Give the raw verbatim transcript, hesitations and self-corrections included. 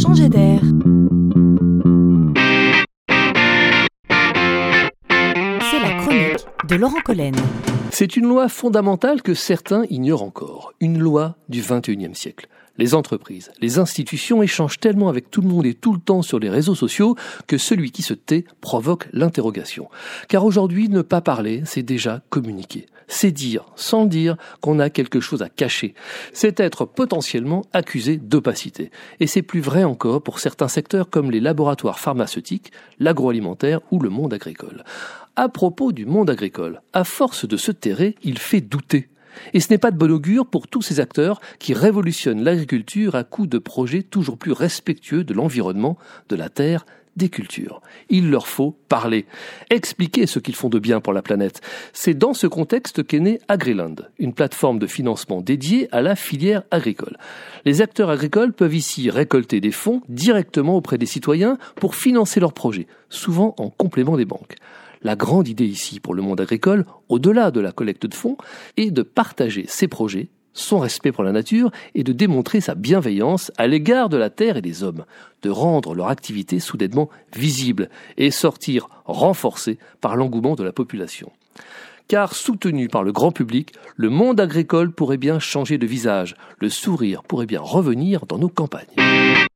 changer d'air. C'est la chronique de Laurent Collen. C'est une loi fondamentale que certains ignorent encore. Une loi du vingt et unième siècle. Les entreprises, les institutions échangent tellement avec tout le monde et tout le temps sur les réseaux sociaux que celui qui se tait provoque l'interrogation. Car aujourd'hui, ne pas parler, c'est déjà communiquer. C'est dire, sans le dire, qu'on a quelque chose à cacher. C'est être potentiellement accusé d'opacité. Et c'est plus vrai encore pour certains secteurs comme les laboratoires pharmaceutiques, l'agroalimentaire ou le monde agricole. À propos du monde agricole, à force de se terrer, il fait douter. Et ce n'est pas de bon augure pour tous ces acteurs qui révolutionnent l'agriculture à coups de projets toujours plus respectueux de l'environnement, de la terre, des cultures. Il leur faut parler, expliquer ce qu'ils font de bien pour la planète. C'est dans ce contexte qu'est née Agriland, une plateforme de financement dédiée à la filière agricole. Les acteurs agricoles peuvent ici récolter des fonds directement auprès des citoyens pour financer leurs projets, souvent en complément des banques. La grande idée ici pour le monde agricole, au-delà de la collecte de fonds, est de partager ses projets, son respect pour la nature et de démontrer sa bienveillance à l'égard de la terre et des hommes, de rendre leur activité soudainement visible et sortir renforcée par l'engouement de la population. Car soutenu par le grand public, le monde agricole pourrait bien changer de visage, le sourire pourrait bien revenir dans nos campagnes.